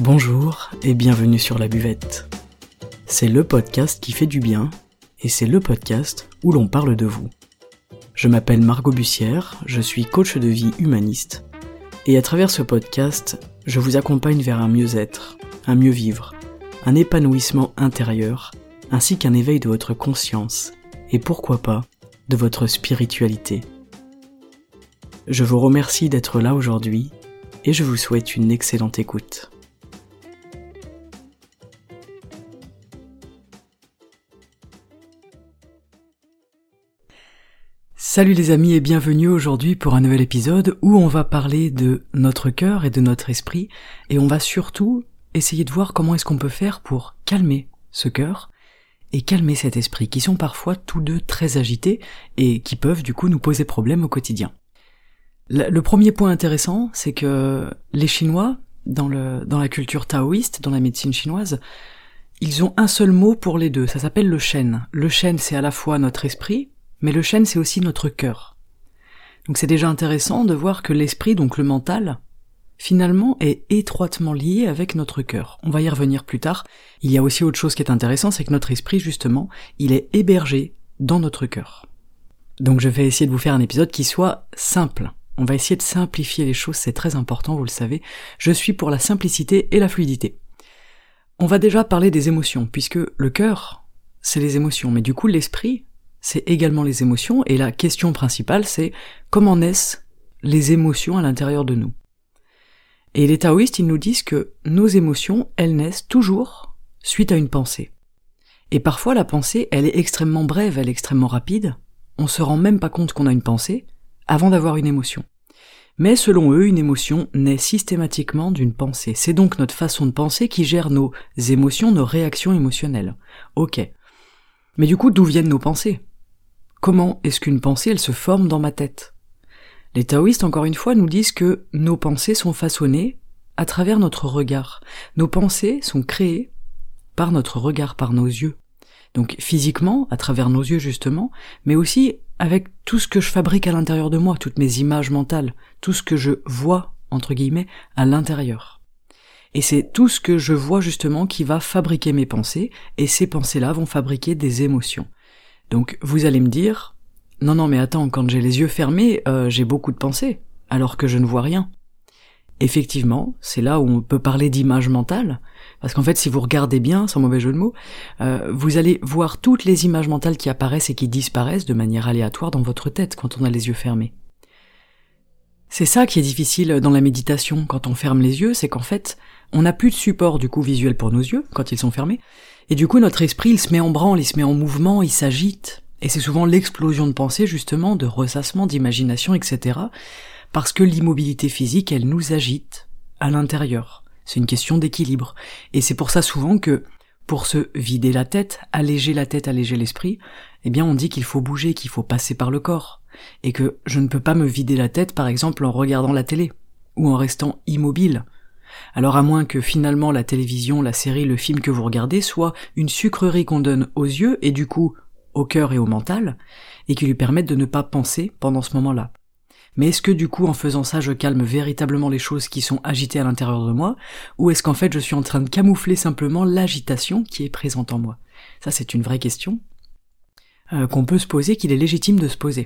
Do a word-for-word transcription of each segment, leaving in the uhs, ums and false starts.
Bonjour et bienvenue sur La Buvette. C'est le podcast qui fait du bien et c'est le podcast où l'on parle de vous. Je m'appelle Margot Bussière, je suis coach de vie humaniste et à travers ce podcast, je vous accompagne vers un mieux-être, un mieux vivre, un épanouissement intérieur ainsi qu'un éveil de votre conscience et pourquoi pas de votre spiritualité. Je vous remercie d'être là aujourd'hui et je vous souhaite une excellente écoute. Salut les amis et bienvenue aujourd'hui pour un nouvel épisode où on va parler de notre cœur et de notre esprit et on va surtout essayer de voir comment est-ce qu'on peut faire pour calmer ce cœur et calmer cet esprit qui sont parfois tous deux très agités et qui peuvent du coup nous poser problème au quotidien. Le premier point intéressant, c'est que les Chinois, dans, le, dans la culture taoïste, dans la médecine chinoise, ils ont un seul mot pour les deux, ça s'appelle le shen. Le shen, c'est à la fois notre esprit, mais le shen, c'est aussi notre cœur. Donc c'est déjà intéressant de voir que l'esprit, donc le mental, finalement est étroitement lié avec notre cœur. On va y revenir plus tard. Il y a aussi autre chose qui est intéressant, c'est que notre esprit, justement, il est hébergé dans notre cœur. Donc je vais essayer de vous faire un épisode qui soit simple. On va essayer de simplifier les choses, c'est très important, vous le savez. Je suis pour la simplicité et la fluidité. On va déjà parler des émotions, puisque le cœur, c'est les émotions, mais du coup l'esprit, c'est également les émotions, et la question principale, c'est comment naissent les émotions à l'intérieur de nous. Et les taoïstes, ils nous disent que nos émotions, elles naissent toujours suite à une pensée. Et parfois la pensée, elle est extrêmement brève, elle est extrêmement rapide, on se rend même pas compte qu'on a une pensée, avant d'avoir une émotion. Mais selon eux, une émotion naît systématiquement d'une pensée. C'est donc notre façon de penser qui gère nos émotions, nos réactions émotionnelles. Ok. Mais du coup, d'où viennent nos pensées ? Comment est-ce qu'une pensée, elle se forme dans ma tête ? Les taoïstes, encore une fois, nous disent que nos pensées sont façonnées à travers notre regard. Nos pensées sont créées par notre regard, par nos yeux. Donc physiquement, à travers nos yeux justement, mais aussi avec tout ce que je fabrique à l'intérieur de moi, toutes mes images mentales, tout ce que je vois, entre guillemets, à l'intérieur. Et c'est tout ce que je vois justement qui va fabriquer mes pensées, et ces pensées-là vont fabriquer des émotions. Donc vous allez me dire, non non mais attends, quand j'ai les yeux fermés, euh, j'ai beaucoup de pensées, alors que je ne vois rien. Effectivement, c'est là où on peut parler d'image mentale, parce qu'en fait si vous regardez bien, sans mauvais jeu de mots, euh, vous allez voir toutes les images mentales qui apparaissent et qui disparaissent de manière aléatoire dans votre tête quand on a les yeux fermés. C'est ça qui est difficile dans la méditation quand on ferme les yeux, c'est qu'en fait, on n'a plus de support du coup visuel pour nos yeux quand ils sont fermés, et du coup notre esprit il se met en branle, il se met en mouvement, il s'agite, et c'est souvent l'explosion de pensée justement, de ressassement, d'imagination, et cetera, parce que l'immobilité physique, elle nous agite à l'intérieur. C'est une question d'équilibre. Et c'est pour ça souvent que, pour se vider la tête, alléger la tête, alléger l'esprit, eh bien on dit qu'il faut bouger, qu'il faut passer par le corps. Et que je ne peux pas me vider la tête, par exemple, en regardant la télé, ou en restant immobile. Alors à moins que finalement la télévision, la série, le film que vous regardez soit une sucrerie qu'on donne aux yeux, et du coup au cœur et au mental, et qui lui permettent de ne pas penser pendant ce moment-là. Mais est-ce que du coup en faisant ça je calme véritablement les choses qui sont agitées à l'intérieur de moi, ou est-ce qu'en fait je suis en train de camoufler simplement l'agitation qui est présente en moi ? Ça c'est une vraie question euh, qu'on peut se poser, qu'il est légitime de se poser.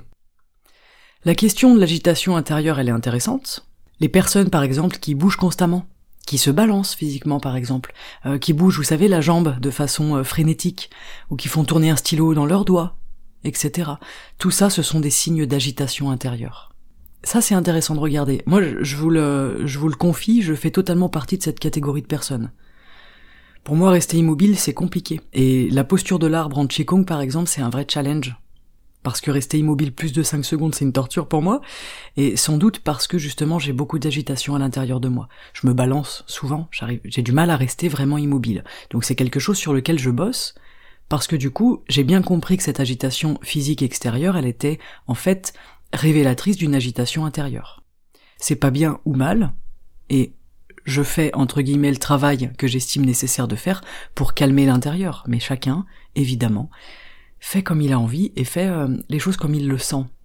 La question de l'agitation intérieure elle est intéressante. Les personnes par exemple qui bougent constamment, qui se balancent physiquement par exemple, euh, qui bougent, vous savez, la jambe de façon euh, frénétique, ou qui font tourner un stylo dans leurs doigts, et cetera. Tout ça ce sont des signes d'agitation intérieure. Ça, c'est intéressant de regarder. Moi, je vous le, je vous le confie, je fais totalement partie de cette catégorie de personnes. Pour moi, rester immobile, c'est compliqué. Et la posture de l'arbre en Qigong, par exemple, c'est un vrai challenge. Parce que rester immobile plus de cinq secondes, c'est une torture pour moi. Et sans doute parce que, justement, j'ai beaucoup d'agitation à l'intérieur de moi. Je me balance souvent, j'arrive, j'ai du mal à rester vraiment immobile. Donc c'est quelque chose sur lequel je bosse, parce que du coup, j'ai bien compris que cette agitation physique extérieure, elle était, en fait, révélatrice d'une agitation intérieure. C'est pas bien ou mal, et je fais entre guillemets le travail que j'estime nécessaire de faire pour calmer l'intérieur, mais chacun, évidemment, fait comme il a envie et fait euh, les choses comme il le sent.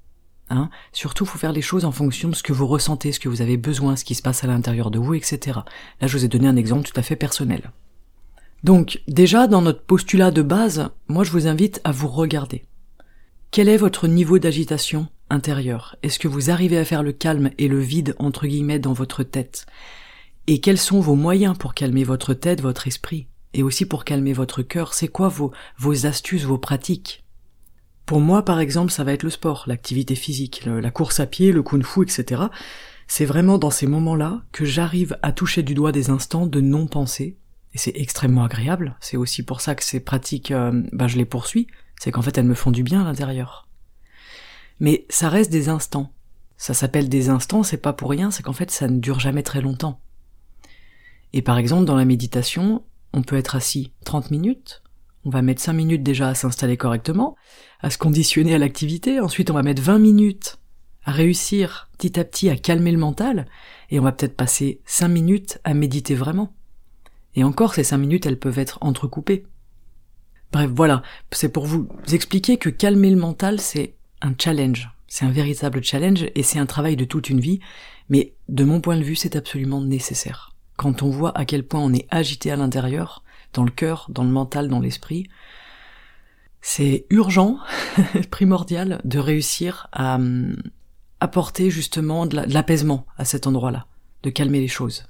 Hein. Surtout, faut faire les choses en fonction de ce que vous ressentez, ce que vous avez besoin, ce qui se passe à l'intérieur de vous, et cetera. Là, je vous ai donné un exemple tout à fait personnel. Donc, déjà, dans notre postulat de base, moi, je vous invite à vous regarder. Quel est votre niveau d'agitation intérieure? Est-ce que vous arrivez à faire le calme et le vide, entre guillemets, dans votre tête? Et quels sont vos moyens pour calmer votre tête, votre esprit? Et aussi pour calmer votre cœur? C'est quoi vos, vos astuces, vos pratiques? Pour moi, par exemple, ça va être le sport, l'activité physique, le, la course à pied, le kung-fu, et cetera. C'est vraiment dans ces moments-là que j'arrive à toucher du doigt des instants de non-pensée, et c'est extrêmement agréable. C'est aussi pour ça que ces pratiques, euh, ben je les poursuis, c'est qu'en fait elles me font du bien à l'intérieur. Mais ça reste des instants. Ça s'appelle des instants, c'est pas pour rien, c'est qu'en fait ça ne dure jamais très longtemps. Et par exemple, dans la méditation, on peut être assis trente minutes, on va mettre cinq minutes déjà à s'installer correctement, à se conditionner à l'activité, ensuite on va mettre vingt minutes à réussir petit à petit à calmer le mental, et on va peut-être passer cinq minutes à méditer vraiment. Et encore, ces cinq minutes, elles peuvent être entrecoupées. Bref, voilà, c'est pour vous expliquer que calmer le mental, c'est un challenge, c'est un véritable challenge, et c'est un travail de toute une vie, mais de mon point de vue, c'est absolument nécessaire. Quand on voit à quel point on est agité à l'intérieur, dans le cœur, dans le mental, dans l'esprit, c'est urgent, primordial, de réussir à um, apporter justement de, la, de l'apaisement à cet endroit-là, de calmer les choses.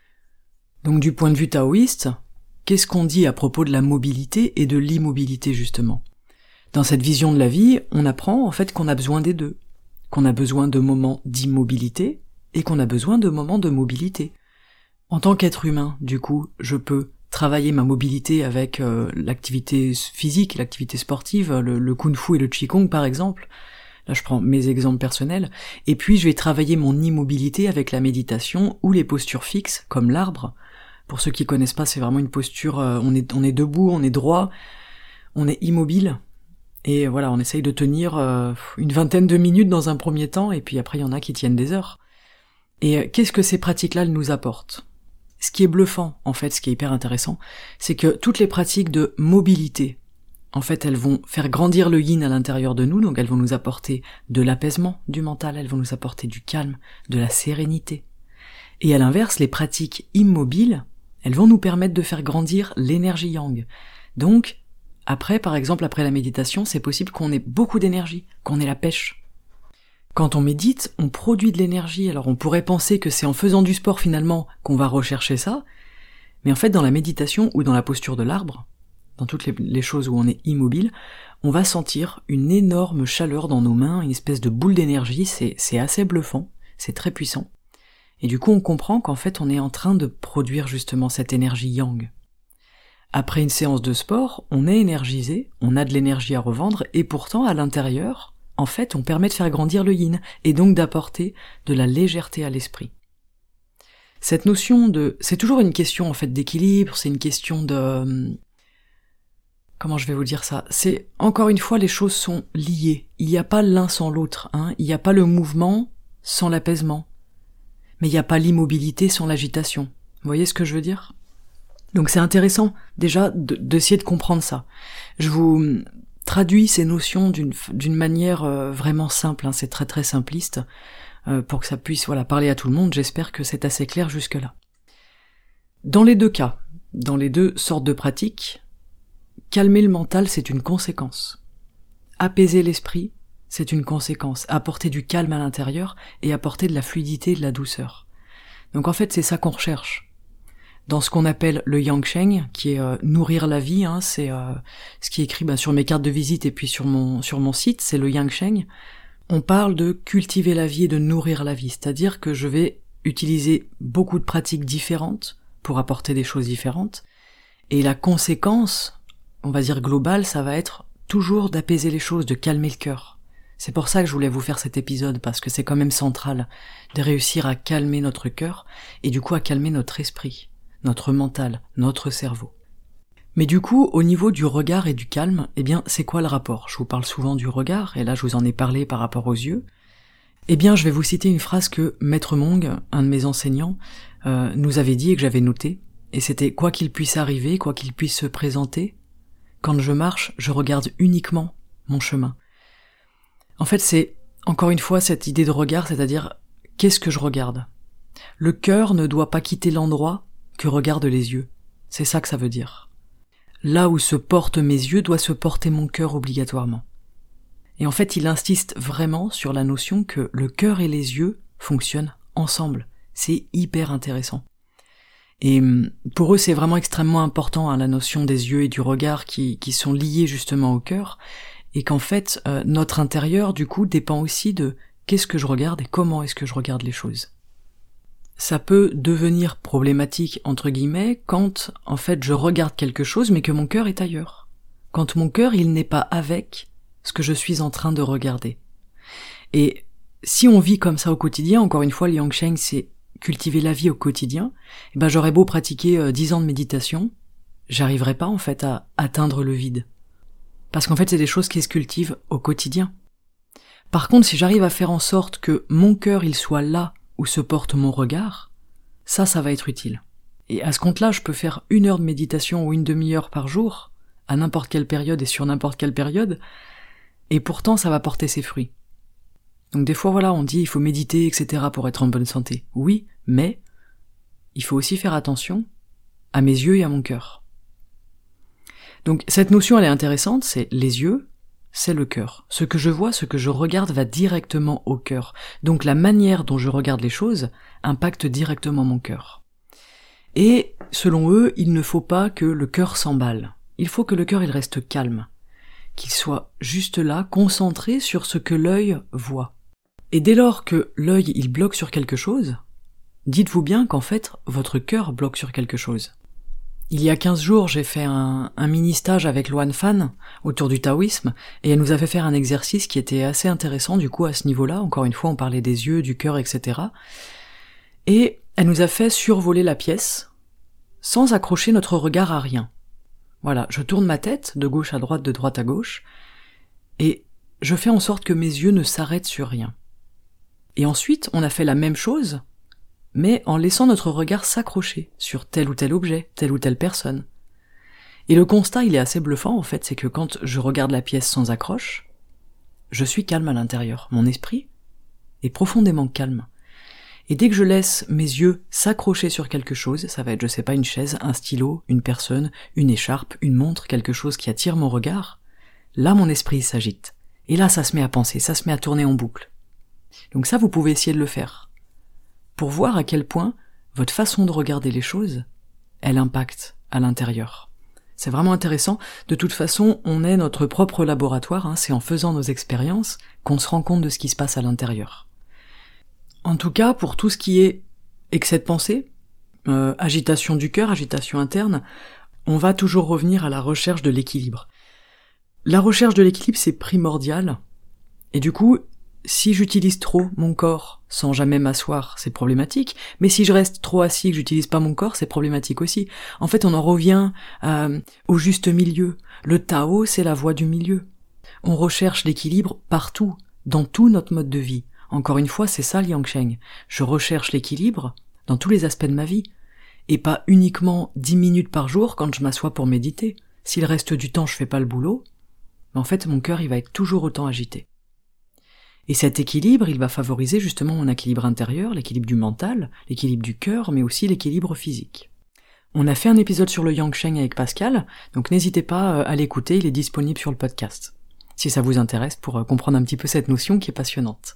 Donc du point de vue taoïste, qu'est-ce qu'on dit à propos de la mobilité et de l'immobilité justement? Dans cette vision de la vie, on apprend en fait qu'on a besoin des deux, qu'on a besoin de moments d'immobilité et qu'on a besoin de moments de mobilité. En tant qu'être humain, du coup, je peux travailler ma mobilité avec euh, l'activité physique, l'activité sportive, le, le kung-fu et le qigong par exemple. Là je prends mes exemples personnels. Et puis je vais travailler mon immobilité avec la méditation ou les postures fixes, comme l'arbre. Pour ceux qui connaissent pas, c'est vraiment une posture, euh, on est on est debout, on est droit, on est immobile. Et voilà, on essaye de tenir euh, une vingtaine de minutes dans un premier temps, et puis après il y en a qui tiennent des heures. Et euh, qu'est-ce que ces pratiques-là nous apportent? Ce qui est bluffant, en fait, ce qui est hyper intéressant, c'est que toutes les pratiques de mobilité, en fait, elles vont faire grandir le yin à l'intérieur de nous, donc elles vont nous apporter de l'apaisement du mental, elles vont nous apporter du calme, de la sérénité. Et à l'inverse, les pratiques immobiles, elles vont nous permettre de faire grandir l'énergie yang. Donc, après, par exemple, après la méditation, c'est possible qu'on ait beaucoup d'énergie, qu'on ait la pêche. Quand on médite, on produit de l'énergie, alors on pourrait penser que c'est en faisant du sport finalement qu'on va rechercher ça, mais en fait dans la méditation ou dans la posture de l'arbre, dans toutes les, les choses où on est immobile, on va sentir une énorme chaleur dans nos mains, une espèce de boule d'énergie, c'est, c'est assez bluffant, c'est très puissant. Et du coup on comprend qu'en fait on est en train de produire justement cette énergie yang. Après une séance de sport, on est énergisé, on a de l'énergie à revendre, et pourtant à l'intérieur, en fait, on permet de faire grandir le yin, et donc d'apporter de la légèreté à l'esprit. Cette notion de... C'est toujours une question, en fait, d'équilibre, c'est une question de... Comment je vais vous dire ça? C'est, encore une fois, les choses sont liées. Il n'y a pas l'un sans l'autre, hein. Il n'y a pas le mouvement sans l'apaisement. Mais il n'y a pas l'immobilité sans l'agitation. Vous voyez ce que je veux dire? Donc c'est intéressant, déjà, de, d'essayer de comprendre ça. Je vous... traduit ces notions d'une d'une manière euh, vraiment simple, hein, c'est très très simpliste, euh, pour que ça puisse voilà parler à tout le monde, j'espère que c'est assez clair jusque-là. Dans les deux cas, dans les deux sortes de pratiques, calmer le mental c'est une conséquence. Apaiser l'esprit, c'est une conséquence. Apporter du calme à l'intérieur et apporter de la fluidité et de la douceur. Donc en fait c'est ça qu'on recherche. Dans ce qu'on appelle le Yang Sheng, qui est euh, nourrir la vie, hein, c'est euh, ce qui est écrit bah, sur mes cartes de visite et puis sur mon sur mon site, c'est le Yang Sheng. On parle de cultiver la vie et de nourrir la vie, c'est-à-dire que je vais utiliser beaucoup de pratiques différentes pour apporter des choses différentes, et la conséquence, on va dire globale, ça va être toujours d'apaiser les choses, de calmer le cœur. C'est pour ça que je voulais vous faire cet épisode, parce que c'est quand même central de réussir à calmer notre cœur, et du coup à calmer notre esprit, notre mental, notre cerveau. Mais du coup, au niveau du regard et du calme, eh bien, c'est quoi le rapport? Je vous parle souvent du regard, et là je vous en ai parlé par rapport aux yeux. Eh bien, je vais vous citer une phrase que Maître Mong, un de mes enseignants, euh, nous avait dit et que j'avais noté, et c'était « Quoi qu'il puisse arriver, quoi qu'il puisse se présenter, quand je marche, je regarde uniquement mon chemin. » En fait, c'est Encore une fois, cette idée de regard, c'est-à-dire, qu'est-ce que je regarde ? Le cœur ne doit pas quitter l'endroit que regardent les yeux. C'est ça que ça veut dire. Là où se portent mes yeux doit se porter mon cœur obligatoirement. Et en fait, il insiste vraiment sur la notion que le cœur et les yeux fonctionnent ensemble. C'est hyper intéressant. Et pour eux, c'est vraiment extrêmement important, hein, la notion des yeux et du regard qui, qui sont liés justement au cœur, et qu'en fait, euh, notre intérieur, du coup, dépend aussi de qu'est-ce que je regarde et comment est-ce que je regarde les choses. Ça peut devenir problématique, entre guillemets, quand, en fait, je regarde quelque chose, mais que mon cœur est ailleurs. Quand mon cœur, il n'est pas avec ce que je suis en train de regarder. Et si on vit comme ça au quotidien, encore une fois, le Yang Sheng, c'est cultiver la vie au quotidien, eh ben j'aurais beau pratiquer euh, dix ans de méditation, j'arriverai pas en fait à atteindre le vide. Parce qu'en fait c'est des choses qui se cultivent au quotidien. Par contre, si j'arrive à faire en sorte que mon cœur il soit là où se porte mon regard, ça, ça va être utile. Et à ce compte-là, je peux faire une heure de méditation ou une demi-heure par jour, à n'importe quelle période et sur n'importe quelle période, et pourtant ça va porter ses fruits. Donc des fois, voilà, on dit il faut méditer, et cetera pour être en bonne santé. Oui, mais il faut aussi faire attention à mes yeux et à mon cœur. Donc cette notion, elle est intéressante, c'est les yeux, c'est le cœur. Ce que je vois, ce que je regarde va directement au cœur. Donc la manière dont je regarde les choses impacte directement mon cœur. Et selon eux, il ne faut pas que le cœur s'emballe. Il faut que le cœur il reste calme, qu'il soit juste là, concentré sur ce que l'œil voit. Et dès lors que l'œil il bloque sur quelque chose, dites-vous bien qu'en fait, votre cœur bloque sur quelque chose. Il y a quinze jours, j'ai fait un, un mini-stage avec Luan Fan autour du taoïsme, et elle nous a fait faire un exercice qui était assez intéressant du coup à ce niveau-là. Encore une fois, on parlait des yeux, du cœur, et cetera. Et elle nous a fait survoler la pièce sans accrocher notre regard à rien. Voilà, je tourne ma tête de gauche à droite, de droite à gauche, et je fais en sorte que mes yeux ne s'arrêtent sur rien. Et ensuite, on a fait la même chose, mais en laissant notre regard s'accrocher sur tel ou tel objet, telle ou telle personne. Et le constat, il est assez bluffant, en fait, c'est que quand je regarde la pièce sans accroche, je suis calme à l'intérieur. Mon esprit est profondément calme. Et dès que je laisse mes yeux s'accrocher sur quelque chose, ça va être, je sais pas, une chaise, un stylo, une personne, une écharpe, une montre, quelque chose qui attire mon regard, là, mon esprit s'agite. Et là, ça se met à penser, ça se met à tourner en boucle. Donc ça, vous pouvez essayer de le faire. Pour voir à quel point votre façon de regarder les choses, elle impacte à l'intérieur. C'est vraiment intéressant. De toute façon, on est notre propre laboratoire, hein. C'est en faisant nos expériences qu'on se rend compte de ce qui se passe à l'intérieur. En tout cas, pour tout ce qui est excès de pensée, euh, agitation du cœur, agitation interne, on va toujours revenir à la recherche de l'équilibre. La recherche de l'équilibre, c'est primordial, et du coup, si j'utilise trop mon corps sans jamais m'asseoir, c'est problématique, mais si je reste trop assis et que j'utilise pas mon corps, c'est problématique aussi. En fait, on en revient euh, au juste milieu. Le Tao, c'est la voie du milieu. On recherche l'équilibre partout, dans tout notre mode de vie. Encore une fois, c'est ça le Yang Sheng. Je recherche l'équilibre dans tous les aspects de ma vie, et pas uniquement dix minutes par jour quand je m'assois pour méditer. Si le reste du temps je fais pas le boulot, en fait mon cœur il va être toujours autant agité. Et cet équilibre, il va favoriser justement mon équilibre intérieur, l'équilibre du mental, l'équilibre du cœur, mais aussi l'équilibre physique. On a fait un épisode sur le Yang Sheng avec Pascal, donc n'hésitez pas à l'écouter, il est disponible sur le podcast, si ça vous intéresse pour comprendre un petit peu cette notion qui est passionnante.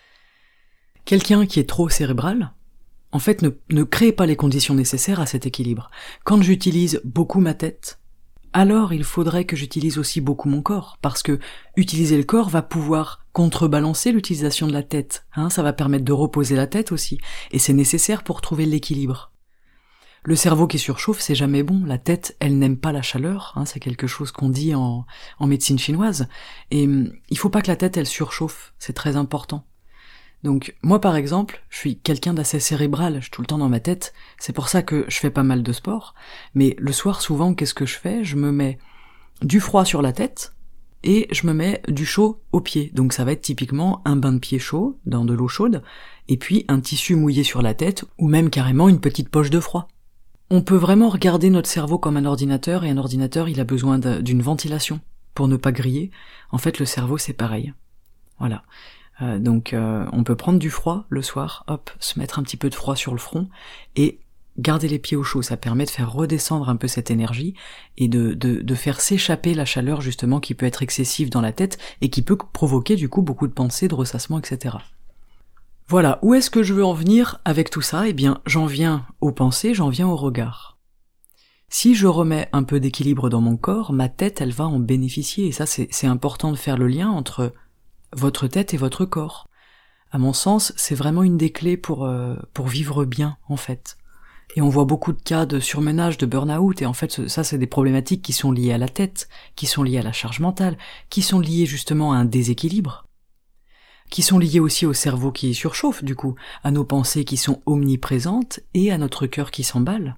Quelqu'un qui est trop cérébral, en fait, ne, ne crée pas les conditions nécessaires à cet équilibre. Quand j'utilise beaucoup ma tête, alors il faudrait que j'utilise aussi beaucoup mon corps, parce que utiliser le corps va pouvoir contrebalancer l'utilisation de la tête, hein, ça va permettre de reposer la tête aussi, et c'est nécessaire pour trouver l'équilibre. Le cerveau qui surchauffe, c'est jamais bon, la tête, elle n'aime pas la chaleur, hein, c'est quelque chose qu'on dit en, en médecine chinoise, et hum, il faut pas que la tête, elle surchauffe, c'est très important. Donc, moi par exemple, je suis quelqu'un d'assez cérébral, je suis tout le temps dans ma tête, c'est pour ça que je fais pas mal de sport, mais le soir souvent, qu'est-ce que je fais ? Je me mets du froid sur la tête, et je me mets du chaud aux pieds, donc ça va être typiquement un bain de pied chaud, dans de l'eau chaude, et puis un tissu mouillé sur la tête, ou même carrément une petite poche de froid. On peut vraiment regarder notre cerveau comme un ordinateur, et un ordinateur il a besoin d'une ventilation, pour ne pas griller. En fait le cerveau c'est pareil. Voilà. Euh, donc euh, on peut prendre du froid le soir, hop, se mettre un petit peu de froid sur le front, et garder les pieds au chaud, ça permet de faire redescendre un peu cette énergie, et de, de, de faire s'échapper la chaleur justement qui peut être excessive dans la tête, et qui peut provoquer du coup beaucoup de pensées, de ressassement, et cetera. Voilà, où est-ce que je veux en venir avec tout ça ? Eh bien, j'en viens aux pensées, j'en viens au regard. Si je remets un peu d'équilibre dans mon corps, ma tête, elle va en bénéficier, et ça c'est, c'est important de faire le lien entre votre tête et votre corps. À mon sens, c'est vraiment une des clés pour, euh, pour vivre bien, en fait. Et on voit beaucoup de cas de surmenage, de burn-out, et en fait, ça c'est des problématiques qui sont liées à la tête, qui sont liées à la charge mentale, qui sont liées justement à un déséquilibre, qui sont liées aussi au cerveau qui surchauffe, du coup, à nos pensées qui sont omniprésentes, et à notre cœur qui s'emballe.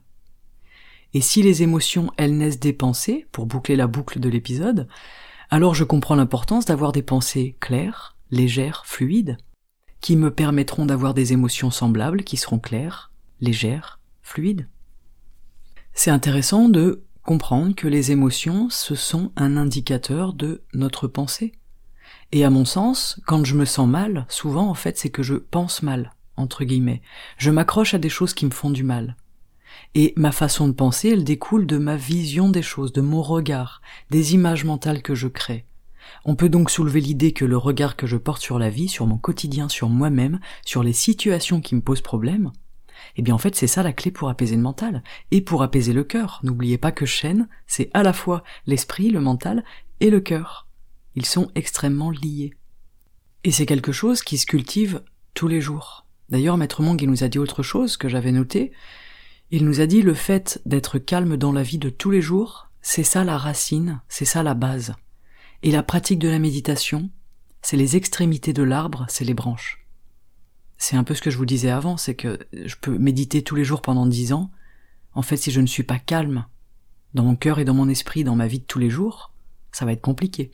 Et si les émotions, elles naissent des pensées, pour boucler la boucle de l'épisode, alors je comprends l'importance d'avoir des pensées claires, légères, fluides, qui me permettront d'avoir des émotions semblables, qui seront claires, légères, fluides. C'est intéressant de comprendre que les émotions, ce sont un indicateur de notre pensée. Et à mon sens, quand je me sens mal, souvent en fait c'est que je pense mal, entre guillemets. Je m'accroche à des choses qui me font du mal. Et ma façon de penser, elle découle de ma vision des choses, de mon regard, des images mentales que je crée. On peut donc soulever l'idée que le regard que je porte sur la vie, sur mon quotidien, sur moi-même, sur les situations qui me posent problème, eh bien en fait c'est ça la clé pour apaiser le mental, et pour apaiser le cœur. N'oubliez pas que Shen, c'est à la fois l'esprit, le mental, et le cœur. Ils sont extrêmement liés. Et c'est quelque chose qui se cultive tous les jours. D'ailleurs, Maître Monge, il nous a dit autre chose que j'avais noté. Il nous a dit le fait d'être calme dans la vie de tous les jours, c'est ça la racine, c'est ça la base. Et la pratique de la méditation, c'est les extrémités de l'arbre, c'est les branches. C'est un peu ce que je vous disais avant, c'est que je peux méditer tous les jours pendant dix ans. En fait, si je ne suis pas calme dans mon cœur et dans mon esprit, dans ma vie de tous les jours, ça va être compliqué.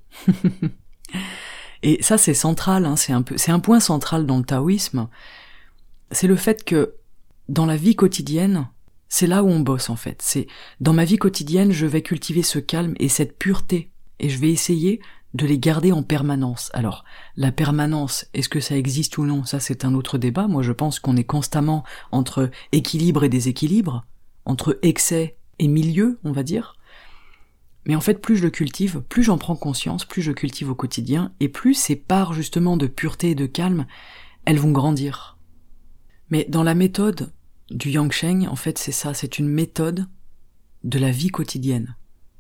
Et ça, c'est central, hein, c'est un peu, c'est un point central dans le taoïsme. C'est le fait que dans la vie quotidienne, c'est là où on bosse en fait. C'est dans ma vie quotidienne, je vais cultiver ce calme et cette pureté, et je vais essayer de les garder en permanence. Alors, la permanence, est-ce que ça existe ou non? Ça, c'est un autre débat. Moi, je pense qu'on est constamment entre équilibre et déséquilibre, entre excès et milieu, on va dire. Mais en fait, plus je le cultive, plus j'en prends conscience, plus je cultive au quotidien, et plus ces parts justement de pureté et de calme, elles vont grandir. Mais dans la méthode du Yang Sheng, en fait, c'est ça, c'est une méthode de la vie quotidienne.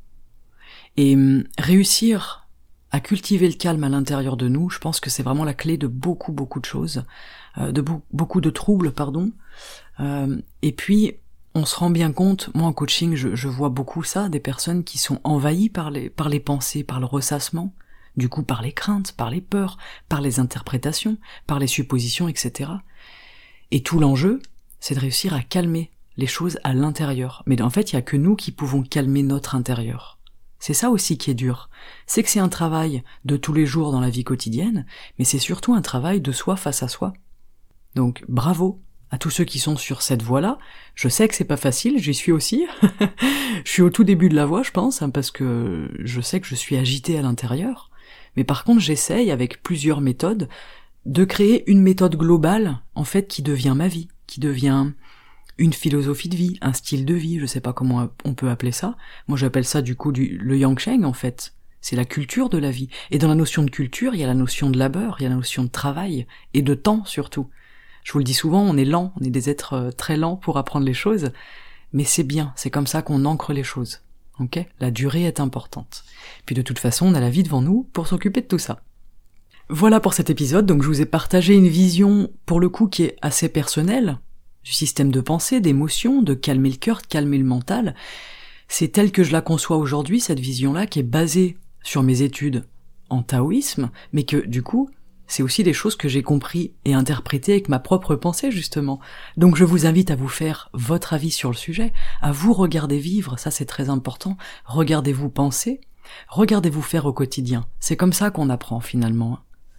Et hum, réussir à cultiver le calme à l'intérieur de nous, je pense que c'est vraiment la clé de beaucoup, beaucoup de choses, euh, de bo- beaucoup de troubles, pardon. Euh, et puis, on se rend bien compte, moi en coaching, je, je vois beaucoup ça, des personnes qui sont envahies par les, par les pensées, par le ressassement, du coup par les craintes, par les peurs, par les interprétations, par les suppositions, et cetera. Et tout l'enjeu, c'est de réussir à calmer les choses à l'intérieur. Mais en fait, il y a que nous qui pouvons calmer notre intérieur. C'est ça aussi qui est dur. C'est que c'est un travail de tous les jours dans la vie quotidienne, mais c'est surtout un travail de soi face à soi. Donc, bravo à tous ceux qui sont sur cette voie-là. Je sais que c'est pas facile, j'y suis aussi. Je suis au tout début de la voie, je pense, hein, parce que je sais que je suis agité à l'intérieur. Mais par contre, j'essaye, avec plusieurs méthodes, de créer une méthode globale, en fait, qui devient ma vie, qui devient une philosophie de vie, un style de vie, je sais pas comment on peut appeler ça. Moi, j'appelle ça, du coup, du, le Yang Sheng, en fait. C'est la culture de la vie. Et dans la notion de culture, il y a la notion de labeur, il y a la notion de travail, et de temps, surtout. Je vous le dis souvent, on est lent, on est des êtres très lents pour apprendre les choses, mais c'est bien, c'est comme ça qu'on ancre les choses. Ok ? La durée est importante. Puis de toute façon, on a la vie devant nous pour s'occuper de tout ça. Voilà pour cet épisode, donc je vous ai partagé une vision, pour le coup, qui est assez personnelle, du système de pensée, d'émotion, de calmer le cœur, de calmer le mental. C'est tel que je la conçois aujourd'hui, cette vision-là, qui est basée sur mes études en taoïsme, mais que, du coup, c'est aussi des choses que j'ai compris et interprétées avec ma propre pensée, justement. Donc je vous invite à vous faire votre avis sur le sujet, à vous regarder vivre, ça c'est très important, regardez-vous penser, regardez-vous faire au quotidien. C'est comme ça qu'on apprend, finalement.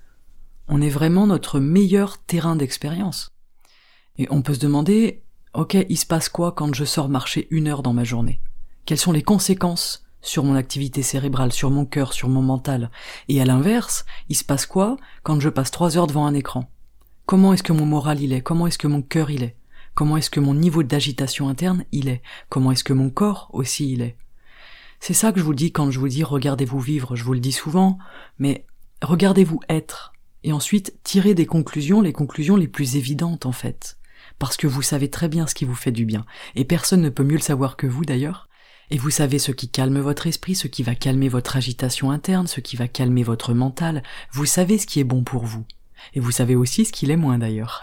On est vraiment notre meilleur terrain d'expérience. Et on peut se demander, ok, il se passe quoi quand je sors marcher une heure dans ma journée? Quelles sont les conséquences sur mon activité cérébrale, sur mon cœur, sur mon mental. Et à l'inverse, il se passe quoi quand je passe trois heures devant un écran? Comment est-ce que mon moral il est? Comment est-ce que mon cœur il est? Comment est-ce que mon niveau d'agitation interne il est? Comment est-ce que mon corps aussi il est? C'est ça que je vous dis quand je vous dis regardez-vous vivre, je vous le dis souvent, mais regardez-vous être. Et ensuite, tirez des conclusions, les conclusions les plus évidentes en fait. Parce que vous savez très bien ce qui vous fait du bien. Et personne ne peut mieux le savoir que vous d'ailleurs. Et vous savez ce qui calme votre esprit, ce qui va calmer votre agitation interne, ce qui va calmer votre mental. Vous savez ce qui est bon pour vous. Et vous savez aussi ce qui l'est moins d'ailleurs.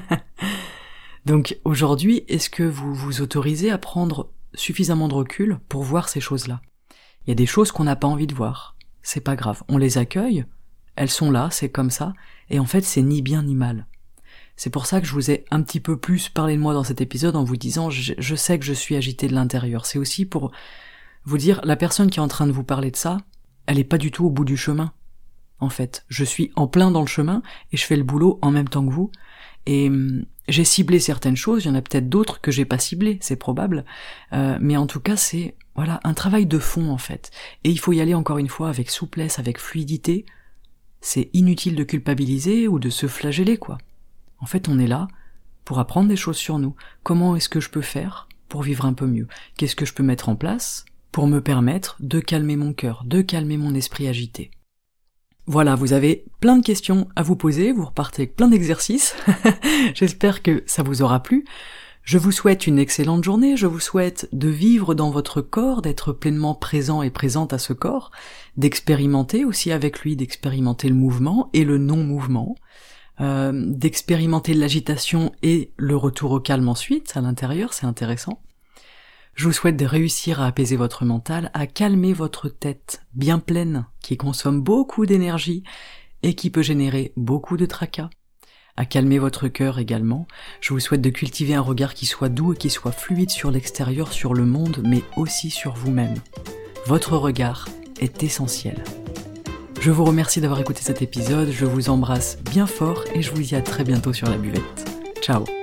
Donc aujourd'hui, est-ce que vous vous autorisez à prendre suffisamment de recul pour voir ces choses-là? Il y a des choses qu'on n'a pas envie de voir. C'est pas grave. On les accueille. Elles sont là, c'est comme ça. Et en fait, c'est ni bien ni mal. C'est pour ça que je vous ai un petit peu plus parlé de moi dans cet épisode en vous disant je, je sais que je suis agité de l'intérieur. C'est aussi pour vous dire, la personne qui est en train de vous parler de ça, elle est pas du tout au bout du chemin. En fait, je suis en plein dans le chemin et je fais le boulot en même temps que vous. Et hum, j'ai ciblé certaines choses, il y en a peut-être d'autres que j'ai pas ciblées, c'est probable. Euh, mais en tout cas, c'est voilà un travail de fond en fait. Et il faut y aller encore une fois avec souplesse, avec fluidité. C'est inutile de culpabiliser ou de se flageller quoi. En fait, on est là pour apprendre des choses sur nous. Comment est-ce que je peux faire pour vivre un peu mieux? Qu'est-ce que je peux mettre en place pour me permettre de calmer mon cœur, de calmer mon esprit agité? Voilà, vous avez plein de questions à vous poser, vous repartez avec plein d'exercices. J'espère que ça vous aura plu. Je vous souhaite une excellente journée, je vous souhaite de vivre dans votre corps, d'être pleinement présent et présente à ce corps, d'expérimenter aussi avec lui, d'expérimenter le mouvement et le non-mouvement. Euh, d'expérimenter l'agitation et le retour au calme ensuite, à l'intérieur, c'est intéressant. Je vous souhaite de réussir à apaiser votre mental, à calmer votre tête bien pleine, qui consomme beaucoup d'énergie et qui peut générer beaucoup de tracas, à calmer votre cœur également. Je vous souhaite de cultiver un regard qui soit doux et qui soit fluide sur l'extérieur, sur le monde, mais aussi sur vous-même. Votre regard est essentiel. Je vous remercie d'avoir écouté cet épisode, je vous embrasse bien fort et je vous dis à très bientôt sur la buvette. Ciao.